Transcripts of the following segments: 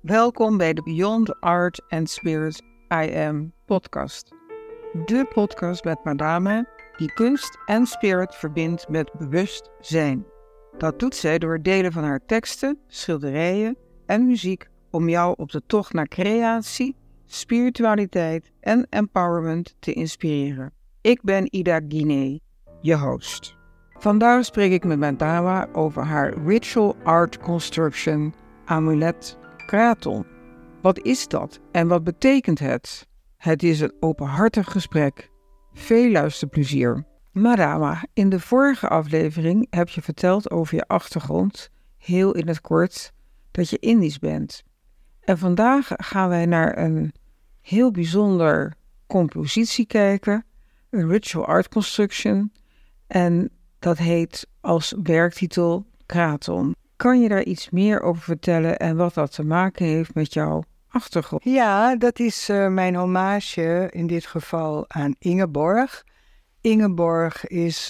Welkom bij de Beyond Art and Spirit I Am podcast. De podcast met Madame die kunst en spirit verbindt met bewustzijn. Dat doet zij door het delen van haar teksten, schilderijen en muziek om jou op de tocht naar creatie, spiritualiteit en empowerment te inspireren. Ik ben Ida Guinée, je host. Vandaag spreek ik met Madame over haar Ritual Art Construction amulet Kraton. Wat is dat en wat betekent het? Het is een openhartig gesprek. Veel luisterplezier. Madame, in de vorige aflevering heb je verteld over je achtergrond, heel in het kort, dat je Indisch bent. En vandaag gaan wij naar een heel bijzonder compositie kijken, een Ritual Art Construction, en dat heet als werktitel Kraton. Kan je daar iets meer over vertellen en wat dat te maken heeft met jouw achtergrond? Ja, dat is mijn hommage in dit geval aan Ingeborg. Ingeborg is,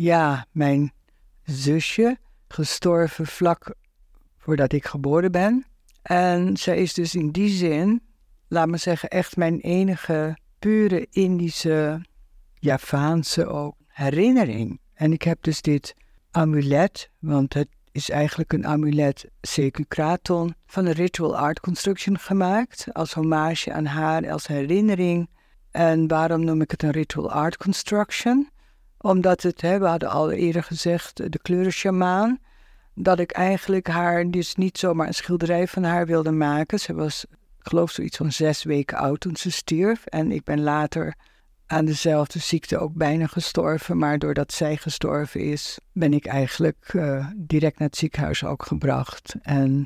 mijn zusje, gestorven vlak voordat ik geboren ben. En zij is dus in die zin, laat me zeggen, echt mijn enige pure Indische, Javaanse ook, herinnering. En ik heb dus dit amulet, want het is eigenlijk een amulet CQ Kraton van een Ritual Art Construction gemaakt, als hommage aan haar, als herinnering. En waarom noem ik het een Ritual Art Construction? Omdat het, we hadden al eerder gezegd, de kleurensjamaan, dat ik eigenlijk haar dus niet zomaar een schilderij van haar wilde maken. Ze was, ik geloof, zoiets van 6 weken oud toen ze stierf. En ik ben later aan dezelfde ziekte ook bijna gestorven. Maar doordat zij gestorven is, ben ik eigenlijk direct naar het ziekenhuis ook gebracht. En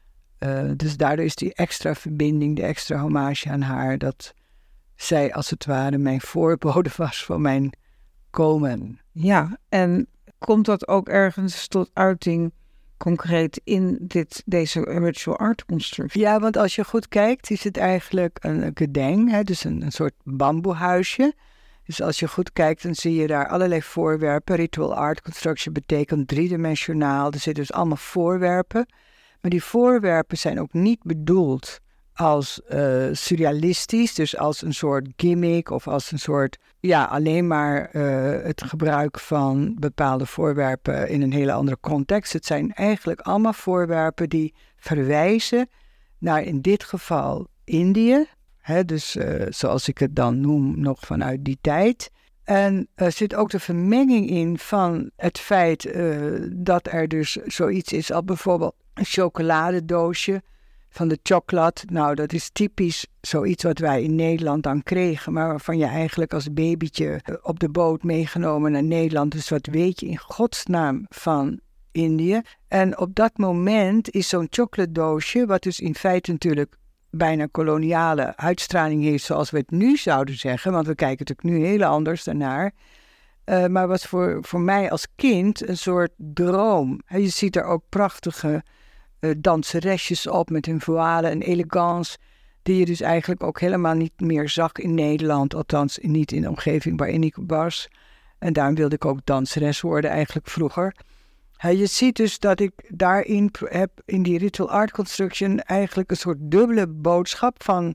dus daardoor is die extra verbinding, de extra hommage aan haar, dat zij als het ware mijn voorbode was van mijn komen. Ja, en komt dat ook ergens tot uiting concreet in deze Ritual Art Construction? Ja, want als je goed kijkt is het eigenlijk een gedeng, dus een soort bamboehuisje. Dus als je goed kijkt dan zie je daar allerlei voorwerpen. Ritual Art Construction betekent driedimensionaal. Er zitten dus allemaal voorwerpen. Maar die voorwerpen zijn ook niet bedoeld als surrealistisch, dus als een soort gimmick of als een soort, alleen maar het gebruik van bepaalde voorwerpen in een hele andere context. Het zijn eigenlijk allemaal voorwerpen die verwijzen naar in dit geval Indië, dus zoals ik het dan noem, nog vanuit die tijd. En er zit ook de vermenging in van het feit dat er dus zoiets is als bijvoorbeeld een chocoladedoosje van de chocolate. Nou, dat is typisch zoiets wat wij in Nederland dan kregen, maar waarvan je eigenlijk als babytje op de boot meegenomen naar Nederland. Dus wat weet je in godsnaam van Indië? En op dat moment is zo'n chocoladedoosje, wat dus in feite natuurlijk bijna koloniale uitstraling heeft, zoals we het nu zouden zeggen, want we kijken natuurlijk nu heel anders daarnaar. Maar was voor mij als kind een soort droom. Je ziet er ook prachtige danseresjes op met hun voile en elegance, die je dus eigenlijk ook helemaal niet meer zag in Nederland, althans niet in de omgeving waarin ik was. En daarom wilde ik ook danseres worden eigenlijk vroeger. Je ziet dus dat ik daarin heb, in die Ritual Art Construction, eigenlijk een soort dubbele boodschap van,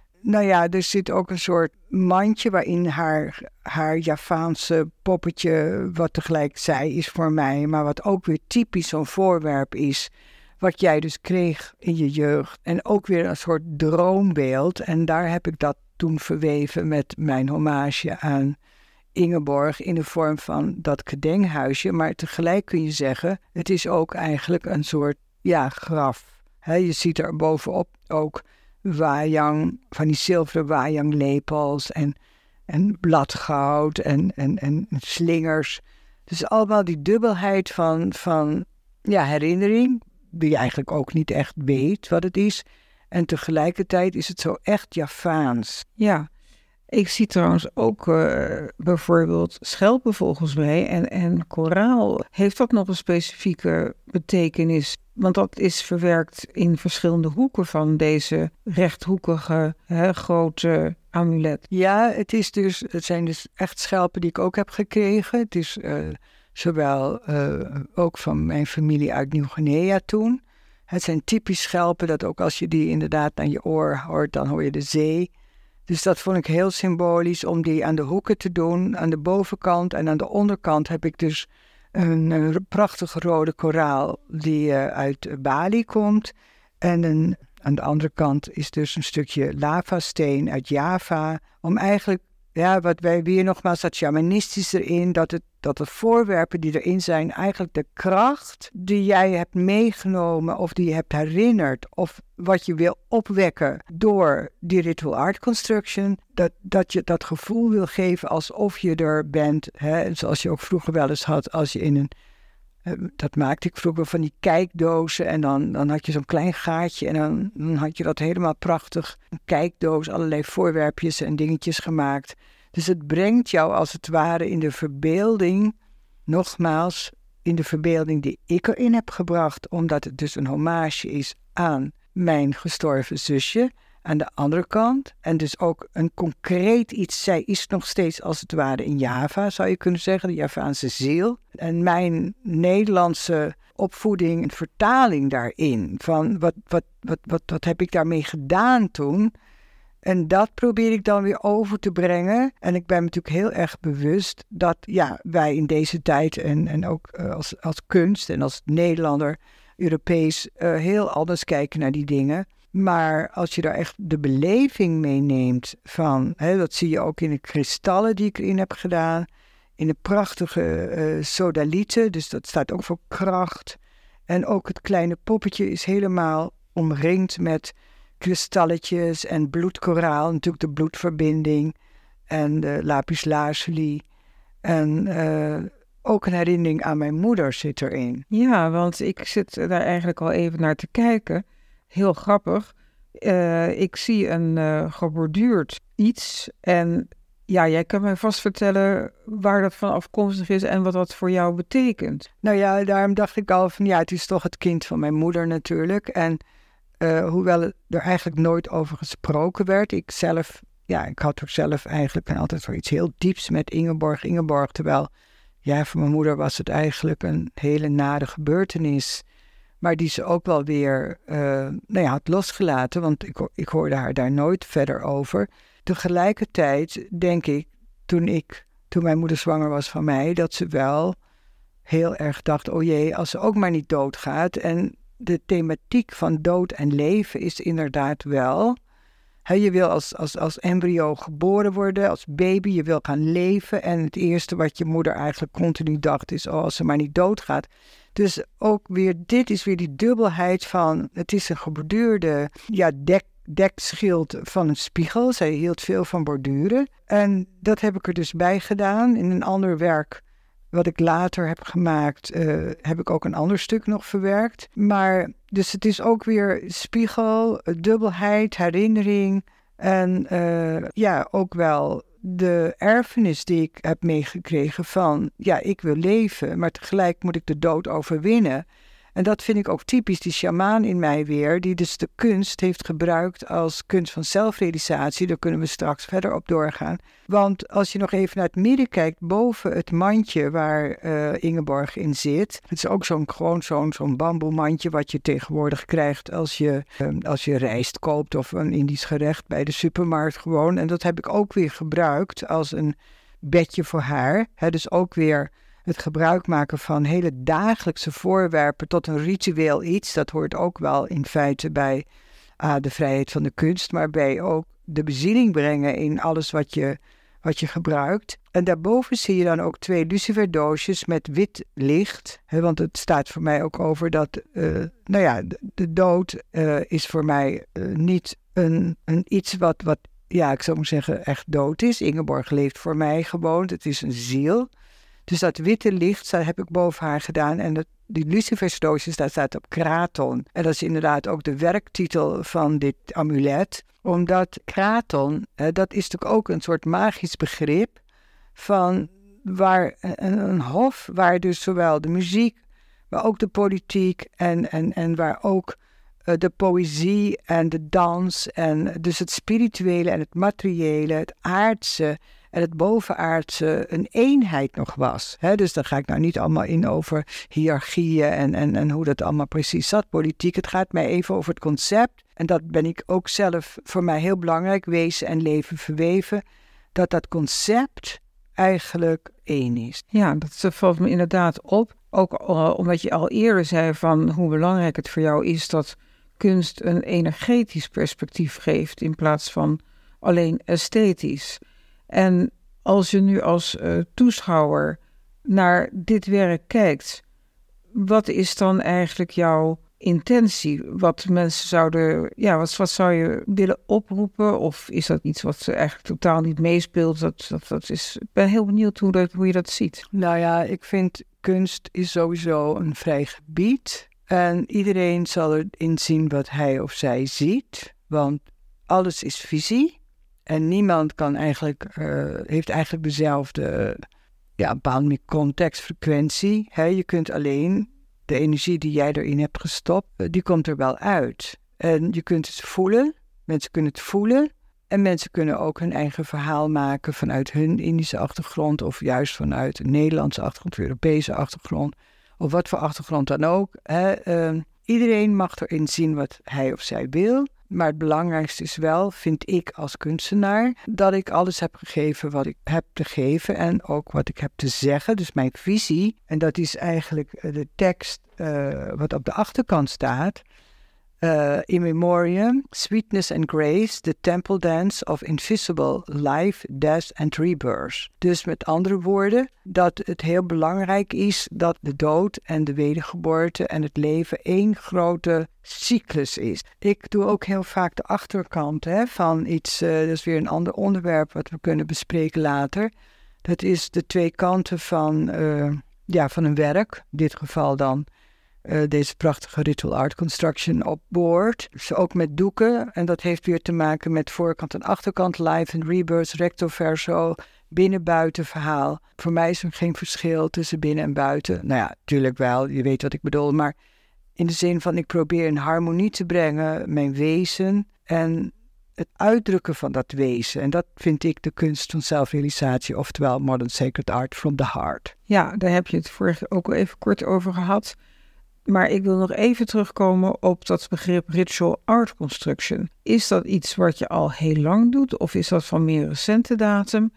er zit ook een soort mandje waarin haar Javaanse poppetje, wat tegelijk zij is voor mij, maar wat ook weer typisch zo'n voorwerp is, wat jij dus kreeg in je jeugd. En ook weer een soort droombeeld. En daar heb ik dat toen verweven met mijn hommage aan Ingeborg in de vorm van dat gedenghuisje. Maar tegelijk kun je zeggen, het is ook eigenlijk een soort, graf. Je ziet er bovenop ook wajang, van die zilveren wajanglepels en bladgoud en slingers. Dus allemaal die dubbelheid van herinnering, die je eigenlijk ook niet echt weet wat het is. En tegelijkertijd is het zo echt Javaans. Ja, ik zie trouwens ook bijvoorbeeld schelpen volgens mij en koraal. Heeft dat nog een specifieke betekenis? Want dat is verwerkt in verschillende hoeken van deze rechthoekige, grote amulet. Ja, het zijn dus echt schelpen die ik ook heb gekregen. Het is zowel ook van mijn familie uit Nieuw-Guinea toen. Het zijn typisch schelpen dat ook als je die inderdaad naar je oor hoort, dan hoor je de zee. Dus dat vond ik heel symbolisch om die aan de hoeken te doen. Aan de bovenkant en aan de onderkant heb ik dus een prachtige rode koraal die uit Bali komt. En aan de andere kant is dus een stukje lavasteen uit Java. Om eigenlijk, wat wij weer nogmaals, dat shamanistisch erin, dat de voorwerpen die erin zijn, eigenlijk de kracht die jij hebt meegenomen of die je hebt herinnerd, of wat je wil opwekken door die ritual art construction, dat je dat gevoel wil geven alsof je er bent. Hè? Zoals je ook vroeger wel eens had, als je in dat maakte ik vroeger van die kijkdozen en dan had je zo'n klein gaatje en dan had je dat helemaal prachtig, een kijkdoos, allerlei voorwerpjes en dingetjes gemaakt. Dus het brengt jou als het ware in de verbeelding, nogmaals, in de verbeelding die ik erin heb gebracht, omdat het dus een hommage is aan mijn gestorven zusje aan de andere kant. En dus ook een concreet iets, zij is nog steeds als het ware in Java, zou je kunnen zeggen, de Javaanse ziel. En mijn Nederlandse opvoeding en vertaling daarin, van wat heb ik daarmee gedaan toen? En dat probeer ik dan weer over te brengen. En ik ben me natuurlijk heel erg bewust dat wij in deze tijd en ook als kunst en als Nederlander, Europees, heel anders kijken naar die dingen. Maar als je daar echt de beleving meeneemt van, dat zie je ook in de kristallen die ik erin heb gedaan, in de prachtige sodalieten, dus dat staat ook voor kracht. En ook het kleine poppetje is helemaal omringd met kristalletjes en bloedkoraal, natuurlijk de bloedverbinding en de lapis lazuli. En ook een herinnering aan mijn moeder zit erin. Ja, want ik zit daar eigenlijk al even naar te kijken. Heel grappig. Ik zie een geborduurd iets en jij kan mij vast vertellen waar dat van afkomstig is en wat dat voor jou betekent. Nou ja, daarom dacht ik al van het is toch het kind van mijn moeder natuurlijk. En hoewel er eigenlijk nooit over gesproken werd, ik had er zelf eigenlijk altijd wel iets heel dieps met Ingeborg, terwijl voor mijn moeder was het eigenlijk een hele nare gebeurtenis. Maar die ze ook wel weer had losgelaten, want ik hoorde haar daar nooit verder over. Tegelijkertijd denk ik, toen mijn moeder zwanger was van mij, dat ze wel heel erg dacht, oh jee, als ze ook maar niet doodgaat. En de thematiek van dood en leven is inderdaad wel, je wil als embryo geboren worden, als baby, je wil gaan leven. En het eerste wat je moeder eigenlijk continu dacht is, als ze maar niet doodgaat. Dus ook weer, dit is weer die dubbelheid van, het is een geborduurde dekschild van een spiegel. Zij hield veel van borduren. En dat heb ik er dus bij gedaan. In een ander werk wat ik later heb gemaakt, heb ik ook een ander stuk nog verwerkt. Maar, dus het is ook weer spiegel, dubbelheid, herinnering. En ook wel de erfenis die ik heb meegekregen van, ik wil leven, maar tegelijk moet ik de dood overwinnen. En dat vind ik ook typisch, die sjamaan in mij weer, die dus de kunst heeft gebruikt als kunst van zelfrealisatie. Daar kunnen we straks verder op doorgaan. Want als je nog even naar het midden kijkt, boven het mandje waar Ingeborg in zit. Het is ook zo'n bamboemandje wat je tegenwoordig krijgt als je rijst koopt of een Indisch gerecht bij de supermarkt gewoon. En dat heb ik ook weer gebruikt als een bedje voor haar. Dus ook weer het gebruik maken van hele dagelijkse voorwerpen tot een ritueel iets. Dat hoort ook wel in feite bij de vrijheid van de kunst, maar bij ook de bezieling brengen in alles wat je gebruikt. En daarboven zie je dan ook 2 luciferdoosjes met wit licht. Want het staat voor mij ook over dat de dood is voor mij niet een iets wat ik zou maar zeggen echt dood is. Ingeborg leeft voor mij gewoon. Het is een ziel. Dus dat witte licht heb ik boven haar gedaan. En die lucifersdoosjes, daar staat op kraton. En dat is inderdaad ook de werktitel van dit amulet. Omdat kraton, dat is natuurlijk ook een soort magisch begrip van waar een hof waar dus zowel de muziek, maar ook de politiek en waar ook de poëzie en de dans en dus het spirituele en het materiële, het aardse en het bovenaardse een eenheid nog was. Dus daar ga ik nou niet allemaal in over hiërarchieën en hoe dat allemaal precies zat, politiek. Het gaat mij even over het concept. En dat ben ik ook zelf voor mij heel belangrijk, wezen en leven verweven. Dat concept eigenlijk één is. Ja, dat valt me inderdaad op. Ook omdat je al eerder zei van hoe belangrijk het voor jou is dat kunst een energetisch perspectief geeft in plaats van alleen esthetisch. En als je nu als toeschouwer naar dit werk kijkt, wat is dan eigenlijk jouw intentie? Wat mensen zouden, wat zou je willen oproepen? Of is dat iets wat eigenlijk totaal niet meespeelt? Dat is, ik ben heel benieuwd hoe je dat ziet. Nou ja, ik vind kunst is sowieso een vrij gebied. En iedereen zal erin zien wat hij of zij ziet. Want alles is visie. En niemand heeft eigenlijk dezelfde, bepaalde context, frequentie. Je kunt alleen de energie die jij erin hebt gestopt, die komt er wel uit. En je kunt het voelen. Mensen kunnen het voelen. En mensen kunnen ook hun eigen verhaal maken vanuit hun Indische achtergrond. Of juist vanuit een Nederlandse achtergrond, Europese achtergrond. Of wat voor achtergrond dan ook. Iedereen mag erin zien wat hij of zij wil. Maar het belangrijkste is wel, vind ik als kunstenaar, dat ik alles heb gegeven wat ik heb te geven en ook wat ik heb te zeggen. Dus mijn visie, en dat is eigenlijk de tekst wat op de achterkant staat. In memoriam, sweetness and grace, the temple dance of invisible life, death and rebirth. Dus met andere woorden, dat het heel belangrijk is dat de dood en de wedergeboorte en het leven één grote cyclus is. Ik doe ook heel vaak de achterkant van iets, dat is weer een ander onderwerp wat we kunnen bespreken later. Dat is de twee kanten van een werk, in dit geval dan. Deze prachtige ritual art construction op boord. Dus ook met doeken. En dat heeft weer te maken met voorkant en achterkant. Live en rebirth, recto verso. Binnen-buiten verhaal. Voor mij is er geen verschil tussen binnen en buiten. Nou ja, natuurlijk wel. Je weet wat ik bedoel. Maar in de zin van ik probeer in harmonie te brengen. Mijn wezen. En het uitdrukken van dat wezen. En dat vind ik de kunst van zelfrealisatie. Oftewel modern sacred art from the heart. Ja, daar heb je het vorige ook al even kort over gehad. Maar ik wil nog even terugkomen op dat begrip ritual art construction. Is dat iets wat je al heel lang doet of is dat van meer recente datum?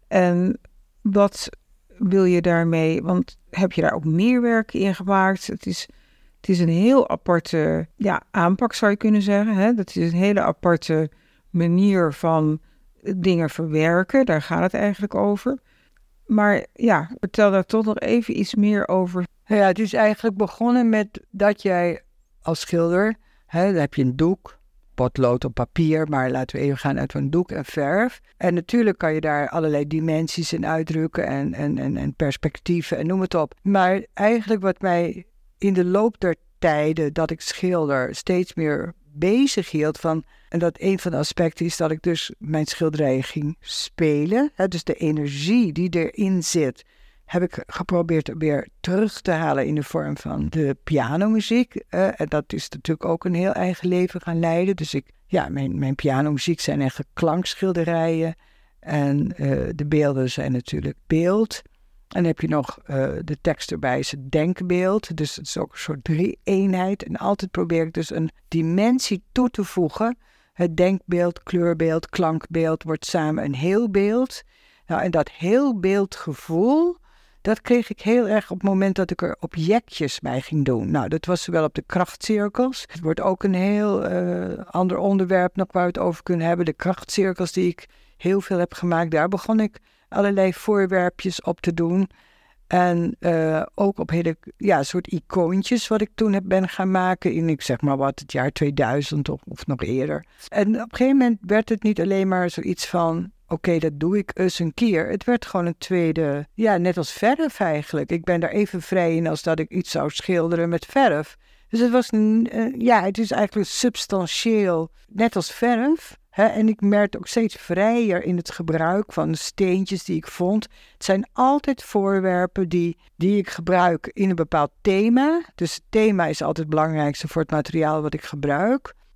En wat wil je daarmee, want heb je daar ook meer werk in gemaakt? Het is een heel aparte aanpak zou je kunnen zeggen. Hè? Dat is een hele aparte manier van dingen verwerken. Daar gaat het eigenlijk over. Maar vertel daar toch nog even iets meer over. Ja, het is eigenlijk begonnen met dat jij als schilder, dan heb je een doek, potlood op papier, maar laten we even gaan uit een doek en verf. En natuurlijk kan je daar allerlei dimensies in uitdrukken en perspectieven en noem het op. Maar eigenlijk wat mij in de loop der tijden dat ik schilder steeds meer bezig hield van, en dat een van de aspecten is dat ik dus mijn schilderijen ging spelen. Dus de energie die erin zit, heb ik geprobeerd weer terug te halen in de vorm van de pianomuziek. En dat is natuurlijk ook een heel eigen leven gaan leiden. Dus mijn pianomuziek zijn eigenlijk klankschilderijen. En de beelden zijn natuurlijk beeld. En dan heb je nog de tekst erbij, is het denkbeeld. Dus het is ook een soort drie-eenheid. En altijd probeer ik dus een dimensie toe te voegen. Het denkbeeld, kleurbeeld, klankbeeld wordt samen een heel beeld. Nou, en dat heel beeldgevoel, dat kreeg ik heel erg op het moment dat ik er objectjes bij ging doen. Nou, dat was zowel op de krachtcirkels. Het wordt ook een heel ander onderwerp nog waar we het over kunnen hebben. De krachtcirkels die ik heel veel heb gemaakt, daar begon ik allerlei voorwerpjes op te doen. En ook op hele soort icoontjes wat ik toen ben gaan maken in, ik zeg maar wat, het jaar 2000 of nog eerder. En op een gegeven moment werd het niet alleen maar zoiets van, oké, dat doe ik eens een keer. Het werd gewoon een tweede, net als verf eigenlijk. Ik ben daar even vrij in als dat ik iets zou schilderen met verf. Dus het was, het is eigenlijk substantieel, net als verf. En ik merkte ook steeds vrijer in het gebruik van de steentjes die ik vond. Het zijn altijd voorwerpen die ik gebruik in een bepaald thema. Dus het thema is altijd het belangrijkste voor het materiaal wat ik gebruik.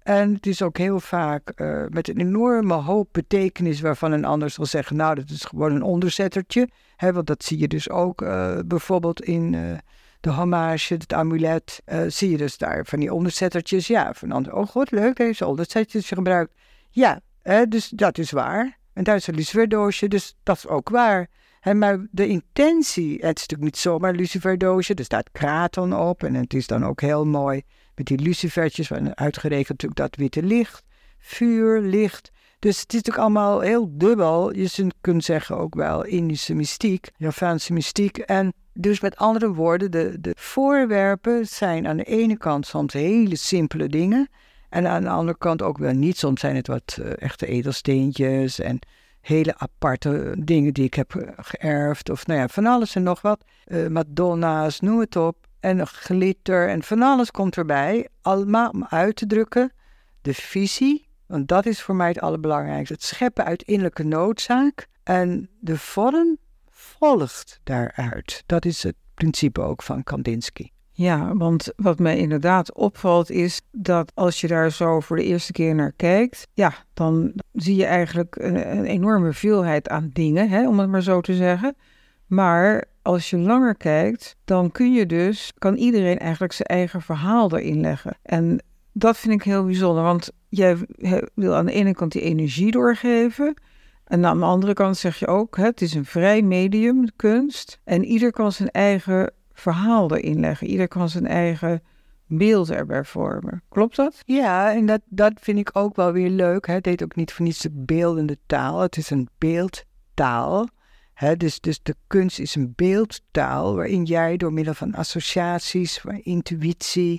En het is ook heel vaak met een enorme hoop betekenis waarvan een ander zal zeggen, nou, dat is gewoon een onderzettertje. Want dat zie je dus ook bijvoorbeeld in de hommage, het amulet. Zie je dus daar van die onderzettertjes. Ja, van ander, oh god, leuk, deze onderzettertjes gebruikt. Ja, dus dat is waar. En daar is een luciferdoosje, dus dat is ook waar. Maar de intentie, het is natuurlijk niet zomaar een luciferdoosje. Er staat kraton op en het is dan ook heel mooi met die lucifertjes, uitgerekend natuurlijk dat witte licht, vuur, licht. Dus het is natuurlijk allemaal heel dubbel. Je kunt zeggen ook wel Indische mystiek, Javaanse mystiek. En dus met andere woorden, de voorwerpen zijn aan de ene kant soms hele simpele dingen. En aan de andere kant ook wel niet. Soms zijn het wat echte edelsteentjes en hele aparte dingen die ik heb geërfd. Of nou ja, van alles en nog wat. Madonna's, noem het op. En glitter en van alles komt erbij. Allemaal om uit te drukken de visie. Want dat is voor mij het allerbelangrijkste. Het scheppen uit innerlijke noodzaak. En de vorm volgt daaruit. Dat is het principe ook van Kandinsky. Ja, want wat mij inderdaad opvalt is dat als je daar zo voor de eerste keer naar kijkt, ja, dan zie je eigenlijk een enorme veelheid aan dingen, om het maar zo te zeggen. Maar als je langer kijkt, dan kan iedereen eigenlijk zijn eigen verhaal erin leggen. En dat vind ik heel bijzonder, want jij wil aan de ene kant die energie doorgeven. En aan de andere kant zeg je ook, het is een vrij medium, kunst. En ieder kan zijn eigen verhaal erin leggen. Ieder kan zijn eigen beeld erbij vormen. Klopt dat? Ja, en dat vind ik ook wel weer leuk. Het heet ook niet voor niets de beeldende taal. Het is een beeldtaal. Dus de kunst is een beeldtaal waarin jij door middel van associaties, intuïtie,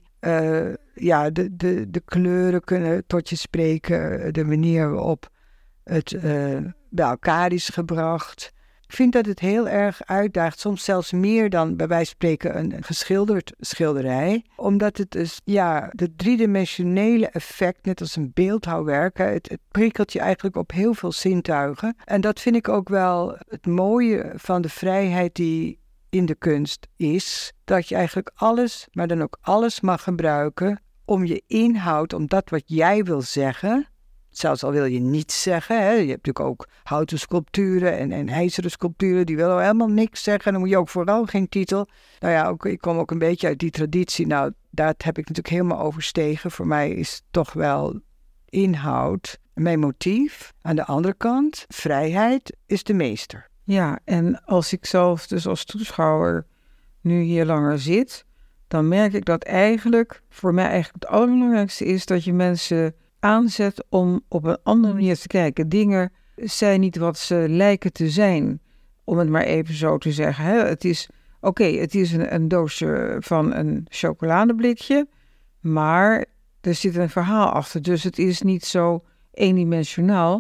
de kleuren kunnen tot je spreken, de manier waarop het bij elkaar is gebracht. Ik vind dat het heel erg uitdaagt, soms zelfs meer dan bij wijze van spreken een geschilderd schilderij. Omdat het dus, de driedimensionele effect, net als een beeldhouwwerk, het prikkelt je eigenlijk op heel veel zintuigen. En dat vind ik ook wel het mooie van de vrijheid die in de kunst is. Dat je eigenlijk alles, maar dan ook alles mag gebruiken om je inhoud, om dat wat jij wil zeggen. Zelfs al wil je niets zeggen. Je hebt natuurlijk ook houten sculpturen en ijzeren sculpturen. Die willen helemaal niks zeggen. En dan moet je ook vooral geen titel. Nou ja, ik kom ook een beetje uit die traditie. Nou, dat heb ik natuurlijk helemaal overstegen. Voor mij is toch wel inhoud mijn motief. Aan de andere kant, vrijheid is de meester. Ja, en als ik zelf dus als toeschouwer nu hier langer zit, dan merk ik dat eigenlijk voor mij eigenlijk het allerbelangrijkste is dat je mensen aanzet om op een andere manier te kijken. Dingen zijn niet wat ze lijken te zijn, om het maar even zo te zeggen. Het is een doosje van een chocoladeblikje, maar er zit een verhaal achter. Dus het is niet zo eendimensionaal.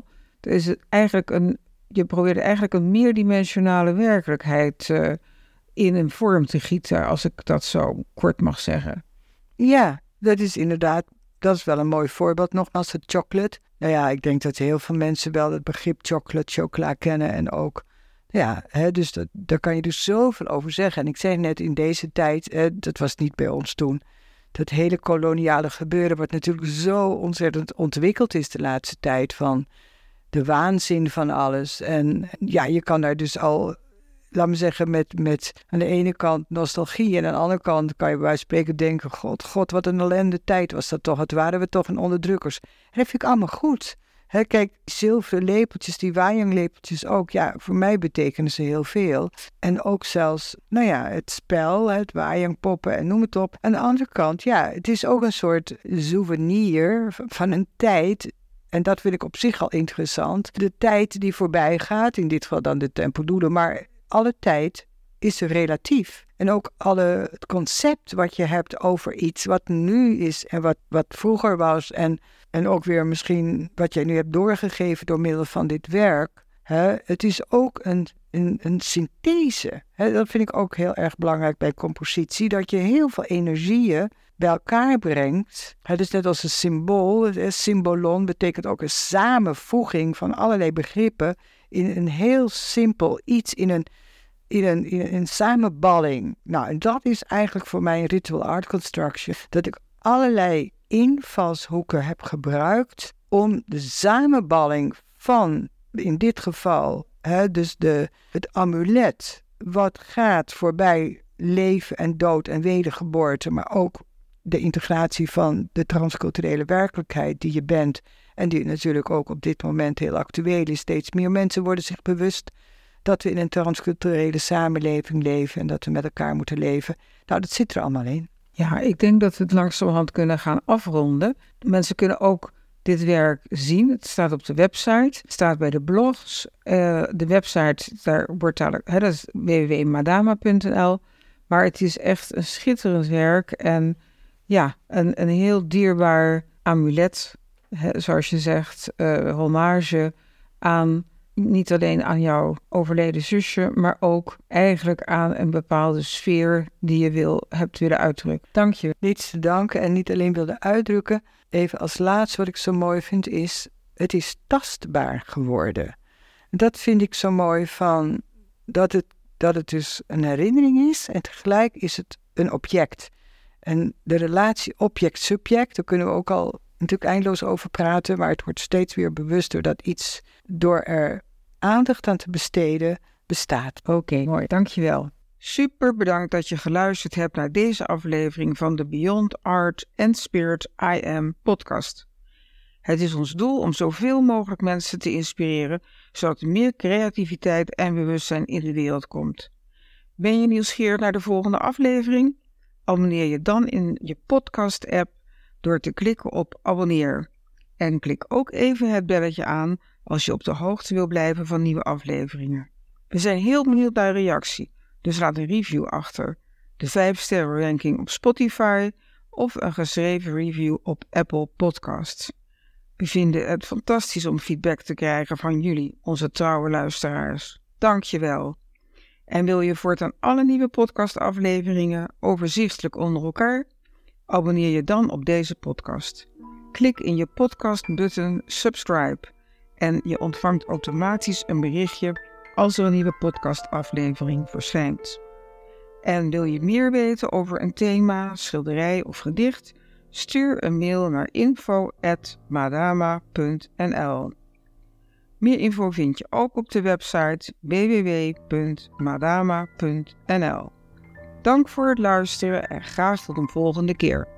Je probeert eigenlijk een meerdimensionale werkelijkheid in een vorm te gieten, als ik dat zo kort mag zeggen. Ja, dat is inderdaad. Dat is wel een mooi voorbeeld, nogmaals, het chocolate. Nou ja, ik denk dat heel veel mensen wel het begrip chocola kennen. En ook, dus daar kan je dus zoveel over zeggen. En ik zei net in deze tijd, dat was niet bij ons toen, dat hele koloniale gebeuren wat natuurlijk zo ontzettend ontwikkeld is de laatste tijd, van de waanzin van alles. En ja, je kan daar dus al, laat me zeggen, met aan de ene kant nostalgie en aan de andere kant kan je bij wijze van spreken denken, god, wat een ellende tijd was dat toch. Het waren we toch een onderdrukkers. En dat vind ik allemaal goed. Kijk, zilveren lepeltjes, die wajanglepeltjes ook, voor mij betekenen ze heel veel. En ook zelfs, het spel, het wajangpoppen en noem het op. Aan de andere kant, het is ook een soort souvenir van een tijd. En dat vind ik op zich al interessant. De tijd die voorbij gaat, in dit geval dan de Tempeldoelen, maar alle tijd is relatief. En ook het concept wat je hebt over iets wat nu is en wat vroeger was. En ook weer misschien wat jij nu hebt doorgegeven door middel van dit werk. Het is ook een synthese. Dat vind ik ook heel erg belangrijk bij compositie. Dat je heel veel energieën bij elkaar brengt. Het is net als een symbool. Het symbolon betekent ook een samenvoeging van allerlei begrippen in een heel simpel iets, in een samenballing. Nou, en dat is eigenlijk voor mij een ritual art construction. Dat ik allerlei invalshoeken heb gebruikt om de samenballing van, in dit geval, dus het amulet, wat gaat voorbij leven en dood en wedergeboorte, maar ook de integratie van de transculturele werkelijkheid die je bent en die natuurlijk ook op dit moment heel actueel is. Steeds meer mensen worden zich bewust dat we in een transculturele samenleving leven en dat we met elkaar moeten leven. Nou, dat zit er allemaal in. Ja, ik denk dat we het langzamerhand kunnen gaan afronden. Mensen kunnen ook dit werk zien. Het staat op de website, het staat bij de blogs. De website, daar wordt dadelijk, dat is www.madama.nl. Maar het is echt een schitterend werk en ja, een heel dierbaar amulet, zoals je zegt, hommage aan, niet alleen aan jouw overleden zusje, maar ook eigenlijk aan een bepaalde sfeer die je hebt willen uitdrukken. Dank je. Niets te danken en niet alleen wilde uitdrukken. Even als laatste wat ik zo mooi vind is, het is tastbaar geworden. Dat vind ik zo mooi van dat het dus een herinnering is en tegelijk is het een object. En de relatie object-subject, daar kunnen we ook al natuurlijk eindeloos over praten, maar het wordt steeds weer bewuster dat iets door er aandacht aan te besteden bestaat. Oké, mooi. Dankjewel. Super bedankt dat je geluisterd hebt naar deze aflevering van de Beyond Art and Spirit I Am podcast. Het is ons doel om zoveel mogelijk mensen te inspireren, zodat er meer creativiteit en bewustzijn in de wereld komt. Ben je nieuwsgierig naar de volgende aflevering? Abonneer je dan in je podcast-app door te klikken op abonneer. En klik ook even het belletje aan als je op de hoogte wil blijven van nieuwe afleveringen. We zijn heel benieuwd naar reactie, dus laat een review achter. De 5-sterren ranking op Spotify of een geschreven review op Apple Podcasts. We vinden het fantastisch om feedback te krijgen van jullie, onze trouwe luisteraars. Dank je wel. En wil je voortaan alle nieuwe podcastafleveringen overzichtelijk onder elkaar? Abonneer je dan op deze podcast. Klik in je podcast-button subscribe en je ontvangt automatisch een berichtje als er een nieuwe podcastaflevering verschijnt. En wil je meer weten over een thema, schilderij of gedicht? Stuur een mail naar info@madama.nl. Meer info vind je ook op de website www.madama.nl. Dank voor het luisteren en graag tot een volgende keer.